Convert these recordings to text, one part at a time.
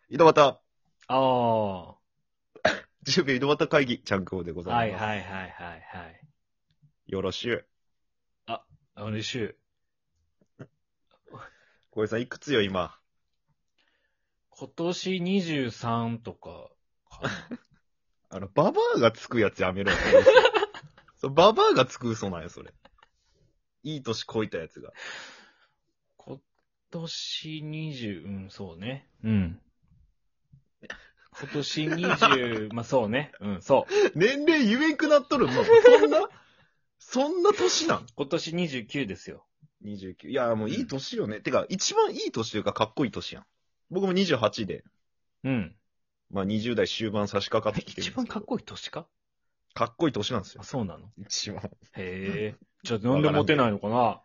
井戸端、 あ 10秒井戸端会議、ちゃんこでごあ。 ざいます。 はいはいはいはいはい。 よろしゅう。 嬉しい。 小江さん、いくつよ、今。 今年23とか、かな。 ババアがつくやつやめろよ。そう、ババアがつく嘘なんや、それ。いい年こいたやつが。 今年20、そうね。うん。今年20、まあそうね。そう。 年齢言えんくなっとるもん。そんな年なん？ 今年29ですよ。 29。いや、もういい年よね。てか、一番いい年というか、かっこいい年やん。僕も28で、 うん。 まあ20代終盤差し掛かってきてるんですけど。 一番かっこいい年かかっこいい年なんですよあ、。そうなの一番。 へえ。じゃあなんでモテないのかな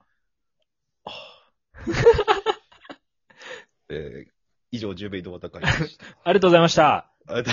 以上、10米井戸端会でした。 ありがとうございました。 あ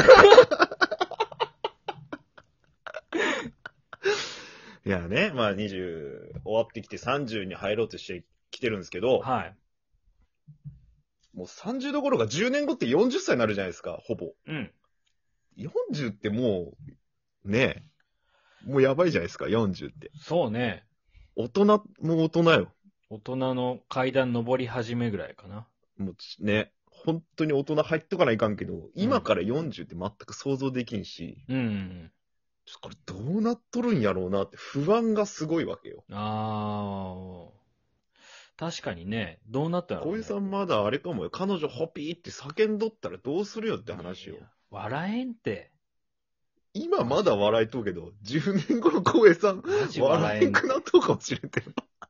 いやね、まあ20終わってきて30に入ろうとしてきてるんですけど、 はい。 もう30どころか10年後って40歳になるじゃないですか、ほぼ。 うん。 40ってもう、ねえ、もうやばいじゃないですか、40って。 そうね。 大人、もう大人よ。 大人の階段登り始めぐらいかな。 もうね、本当に大人入っとかないかんけど、今から40って全く想像できんし、 うん。 ちょっとこれどうなっとるんやろうなって不安がすごいわけよ。 ああ。確かにね、どうなったんやろうね。 小江さんまだあれかもよ。彼女ホピーって叫んどったらどうするよって話よいや。笑えんって。 今まだ笑いとうけど、10年後の小江さん、 マジ笑え笑えんって。 んくなっとうかもしれんて。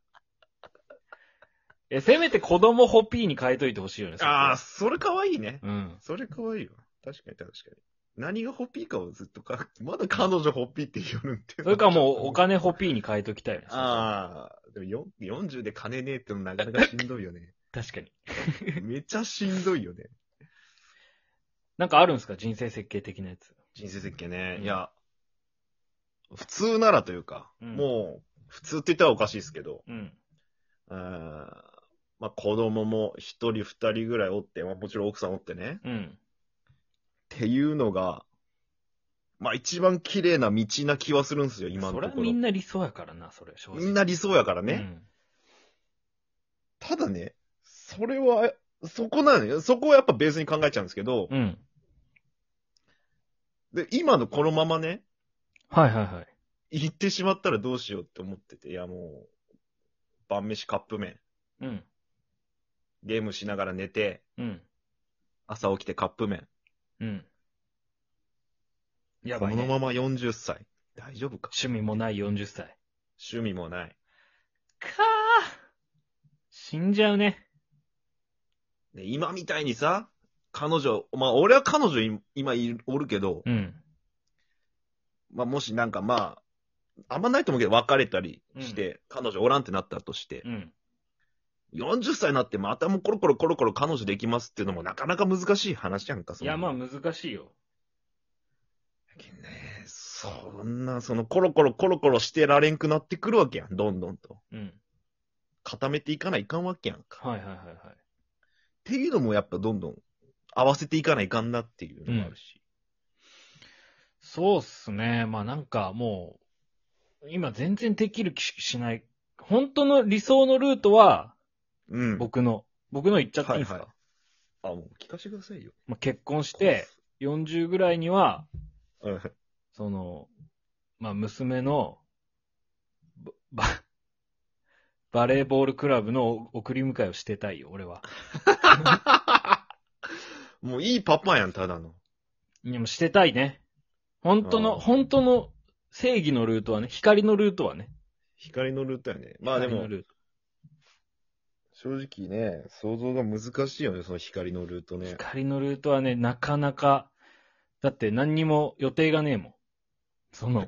せめて子供ホピーに変えといてほしいよね、そこはああ、それかわいいね。 うん。 それかわいいよ。確かに確かに。何がホッピーかをずっとまだ彼女ホッピーって言うのって。 それかもうお金ホピーに変えときたいよね。 ああ、でも40で金ねえってのなかなかしんどいよね。 確かに。 めっちゃしんどいよね。 なんかあるんすか人生設計的なやつ。 人生設計ね。 うんいや、普通ならというか、 うんもう、普通って言ったらおかしいですけど、 うん。 まあ子供も一人二人ぐらいおって、まあもちろん奥さんおってね。 うん。 っていうのが、まあ一番綺麗な道な気はするんですよ、今のそれはところ。 みんな理想やからな、それ、正直。 みんな理想やからね。 うん。 ただね、それは、そこなのよ。そこをやっぱベースに考えちゃうんですけど、 うん。 で、今のこのままね、 はいはいはい。 行ってしまったらどうしようって思ってて、いやもう、晩飯カップ麺、 うん。 ゲームしながら寝て、 うん。 朝起きてカップ麺。 うん。やばいね。 このまま40歳。大丈夫か？ 趣味もない40歳。 趣味もない。 か死んじゃうね。 で今みたいにさ、彼女、まあ俺は彼女今おるけど、 うん。 まあもしなんかまあ、あんまないと思うけど別れたりして、彼女おらんってなったとして、 うん。 40歳になってまたもうコロコロコロコロ彼女できますっていうのもなかなか難しい話じゃんか、 いや、まあ難しいよ。 ね、そんな、そのコロコロコロコロしてられんくなってくるわけやん、どんどんと。 うん。 固めていかないかんわけやんか。 はいはいはいはい。 っていうのもやっぱどんどん合わせていかないかんなっていうのもあるし。 そうっすね。まあなんかもう、今全然できる気しない。本当の理想のルートは、 うん。 僕の言っちゃっていいんですか、 はいあ、もう聞かせてくださいよ。 まあ、結婚して、40ぐらいには、 うん。 その、まあ娘の、バ、バレーボールクラブの送り迎えをしてたいよ、俺は。 もういいパパやん、ただの。 いや、もうしてたいね。本当の正義のルートはね、光のルートはね。 光のルートやね。まあでも、 光のルート正直ね、想像が難しいよね、その光のルートね。 光のルートはね、なかなか、だって何にも予定がねえもん。その、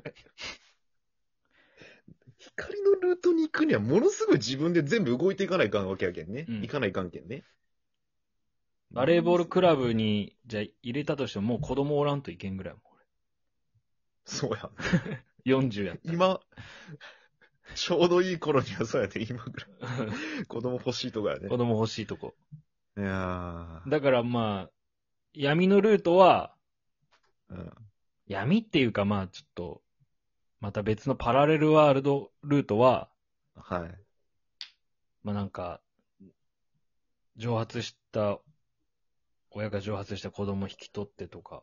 光のルートに行くにはものすごい自分で全部動いていかないかんわけやけんね。 うん行かないかんけんね。 バレーボールクラブに、じゃあ入れたとしてももう子供おらんといけんぐらいもん、 そうや。 俺。40やったら。 今、ちょうどいい頃にはそうやね、今ぐらい。子供欲しいとかやね。 子供欲しいとこ。 いやー。 だからまあ、 闇のルートは、 うん。 闇っていうかまあちょっと、また別のパラレルワールドルートは、 はい。 まあなんか、親が蒸発した子供引き取ってとか、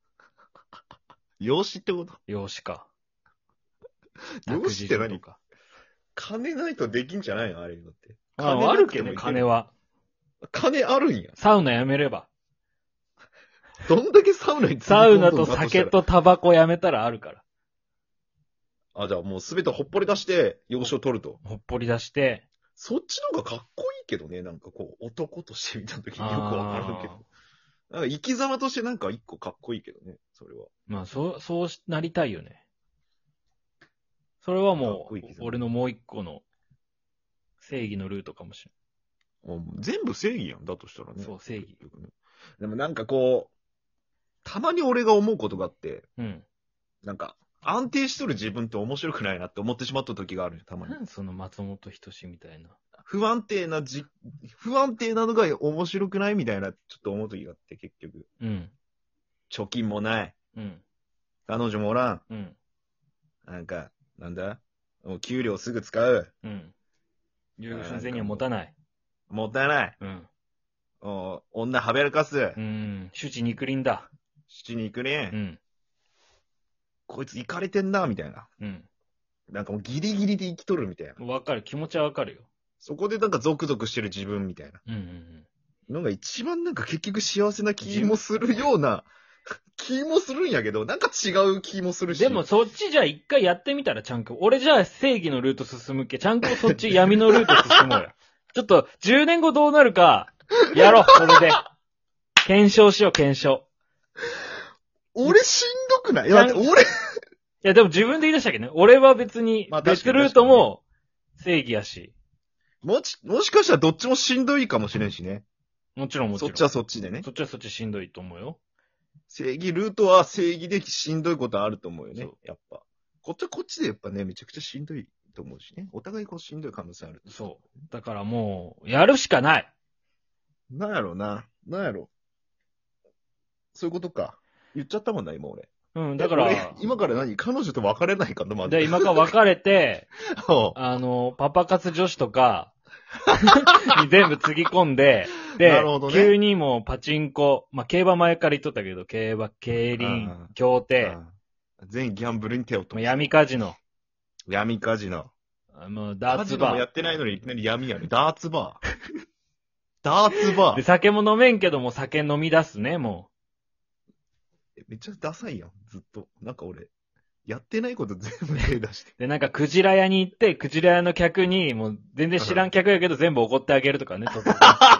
養子ってこと？ 養子か。 養子って何？ 託児所とか。 金ないとできんじゃないのあれだって。 あ金なるけどね、 くてもいける金。は。 金あるんや。 サウナやめれば。 どんだけサウナにサウナと突っ込んどんだしたら。 酒とタバコやめたらあるから。 あ、じゃあもうすべてほっぽり出して、養子を取ると。 ほっぽり出して、 そっちの方がかっこいいけどね、なんかこう、男として見たときによくわからんけど。なんか生き様としてなんか一個かっこいいけどね、それは。 まあ、そうなりたいよね。それはかっもうこいいけ、ど俺のもう一個の正義のルートかもしもう全部正義やん、だとしたらね。 そう正義結局ね。でもなんかこう、たまに俺が思うことがあって、 れん。うん。 なんか、安定しとる自分って面白くないなって思ってしまった時があるよ、たまに。 なんその松本人志みたいな。 不安定なのが面白くないみたいな、ちょっと思う時があって、結局。 うん。 貯金もない。 うん。 彼女もおらん。 うん。 なんか、なんだもう給料すぐ使う。 うん。留学の銭は持たない。 もったいない。 うん。 女はべらかす。 うん。周知肉林だ。 七に行くね。 うん。 こいつ行かれてんな、みたいな。 うん。 なんかもうギリギリで生きとるみたいな。 わかる。気持ちはわかるよ。 そこでなんかゾクゾクしてる自分みたいな。 うんうんのが一番なんか結局幸せな気もするような、気もするんやけど、なんか違う気もするし。 でもそっちじゃあ一回やってみたらちゃんく。俺じゃあ正義のルート進むっけ。ちゃんくそっち闇のルート進もうよ。ちょっと10年後どうなるか、やろう、これで。検証しよう、検証。 俺しんどくない？いや、 ちゃん俺、 いやでも自分で言い出したけどね。俺は別にまあ確かに別ルートも正義やし。 もしかしたらどっちもしんどいかもしれんしね。 もちろんもちろん。 そっちはそっちでね。 そっちはそっちしんどいと思うよ。 正義ルートは正義でしんどいことあると思うよねそう。 やっぱ。こっちはこっちでやっぱね、めちゃくちゃしんどいと思うしね。お互いこうしんどい可能性ある。 そう。だからもう、やるしかない。 なんやろな。なんやろ。そういうことか。言っちゃったもんな、今俺。 うん、だから俺、今から彼女と別れないかな、まず。 で、今から別れて、 おうパパ活女子とか、に全部つぎ込んで、で、 なるほどね急にもうパチンコ、まあ、競馬前から言っとったけど、競馬、競輪あ、 競艇、 全ギャンブルに手をまあ、 取る。 闇カジノ、 闇カジノ。 もうダーカツバー。 ジノもやってないのにいきなり闇やね。ダーツバー。ダーツバで、 ー。 酒も飲めんけども酒飲み出すね、もめっちゃダサいやん、ずっと。なんか俺、やってないこと全部手出してう。。で、なんかクジラ屋に行って、クジラ屋の客に、もう全然知らん客やけど全部怒ってあげるとかね、突然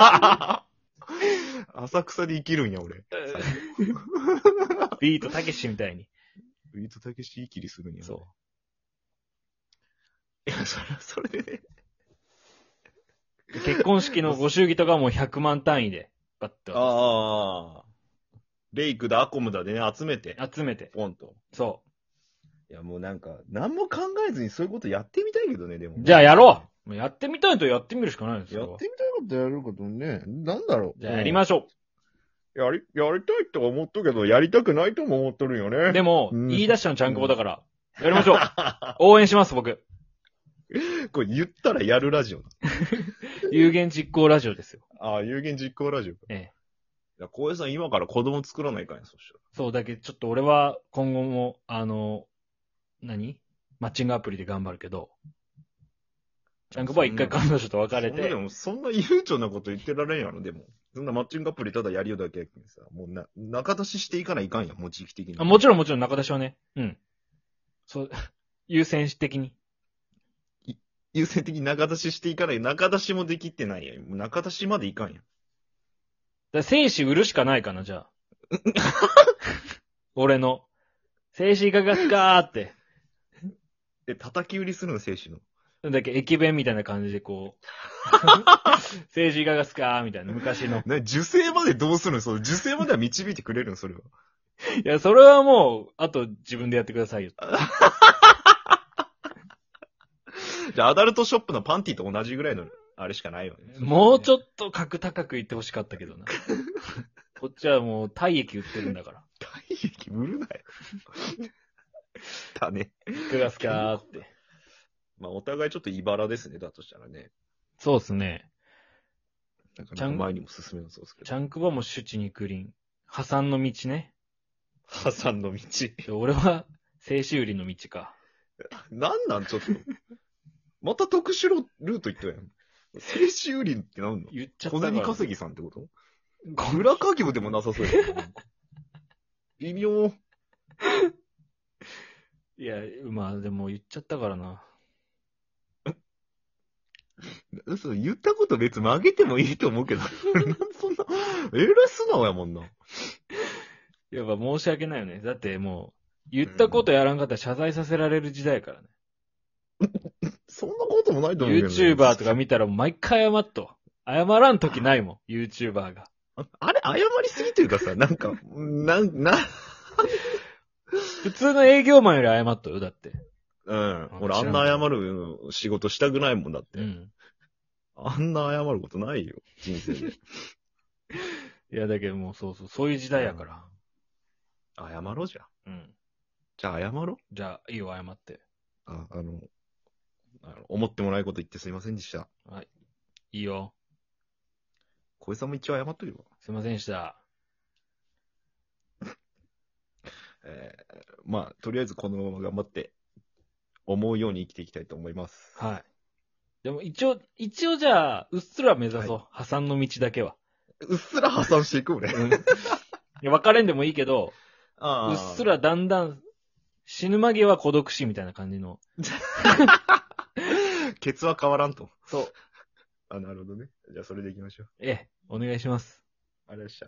浅草で生きるんや、俺。 ビートたけしみたいに。 ビートたけし生きりするんや。。 そういや、それでね。 で結婚式のご祝儀とかはもう100万単位で、バッとああ。レイクだ、アコムだでね、集めて、 集めて。 ポンと。 そいや、もうなんか、何も考えずにそういうことやってみたいけどね、でも。 う。じゃあやろうもうやってみたいとやってみるしかないですよ。 やってみたいことやることね、なんだろう。 じゃあやりましょやりたいとは思っとるけど、やりたくないとも思っとるよね。 う。でも、 うん言い出したのちゃんこぼだから、やりましょう。応援します、僕。 これ言ったらやるラジオだ。 有言実行ラジオですよ。 ああ、有言実行ラジオか。 ええ。 いや、小江さん今から子供作らないかんや、そしたら。 そう、だけどちょっと俺は今後も、マッチングアプリで頑張るけど、ちゃんこぼは一回彼女と別れて、 そんな悠長なこと言ってられんやろ、でも。そんなマッチングアプリただやりようだけやけんさ。もう仲出ししていかないかんや、もう時期的に。 あもちろん中出しはね、うん。そう、優先的に。 優先的に仲出ししていかない。仲出しもできてないやん。もう仲出しまでいかんやん。 だから精子売るしかないかな、じゃあ。俺の。精子いかがっすかーって。 叩き売りするの、精子の。 なんだっけ、駅弁みたいな感じでこう。精子いかがっすかーみたいな、昔の。 受精までどうするの？受精までは導いてくれるの、それは。 いや、それはもう、あと自分でやってくださいよ。 じゃあ、アダルトショップのパンティと同じぐらいの、あれしかないわね。 もうちょっょっと格高く言ってほしかったけどな。こっちはもう体液売ってるんだから。 体液売るなよ。だね。 いかがすかーって。 まあ、お互いちょっと茨ですね、だとしたらね。 そうっすね。 なかなか前にも進めなそうですけど。 チャンクバもシュチ肉林。破産の道ね。 破産の道。 で俺は、静止売りの道か。 なんちょっと。また特殊ルート行ったやん。静止売りってなんの言っちゃったから。 小銭稼ぎさんってこと裏稼業でもなさそうやな。微妙。 いや、まあでも言っちゃったからな。 嘘、言ったこと別に曲げてもいいと思うけど。なんでそんな、偉素直やもんな。 やっぱ申し訳ないよね。だってもう、言ったことやらんかったら謝罪させられる時代やからね。 そんなこともないと思うけど、ね。 YouTuber とか見たら毎回謝っと。謝らん時ないもん、YouTuber が。 あれ、謝りすぎというかさ、なんか、 普通の営業マンより謝っとよ、だって。 うん。俺あんな謝る仕事したくないもんだって。 うん。 あんな謝ることないよ、人生で。 いや、だけどもうそういう時代やから。 謝ろうじゃ。 うん。 じゃあ謝ろう。 じゃあ、いいよ、謝って。 思ってもないこと言ってすいませんでした。 いいよ。 小江さんも一応謝っとけば。 すいませんでした。 まあ、とりあえずこのまま頑張って、思うように生きていきたいと思います。 はい。でも一応じゃあ、うっすら目指そう。破産の道だけは。 うっすら破産していく俺。 うん。いや、別れんでもいいけど、 あうっすらだんだん、死ぬ間際孤独死みたいな感じの。 ケツは変わらんと。 そう。 なるほどね。じゃあそれでいきましょう。 お願いします。 ありがとうございました。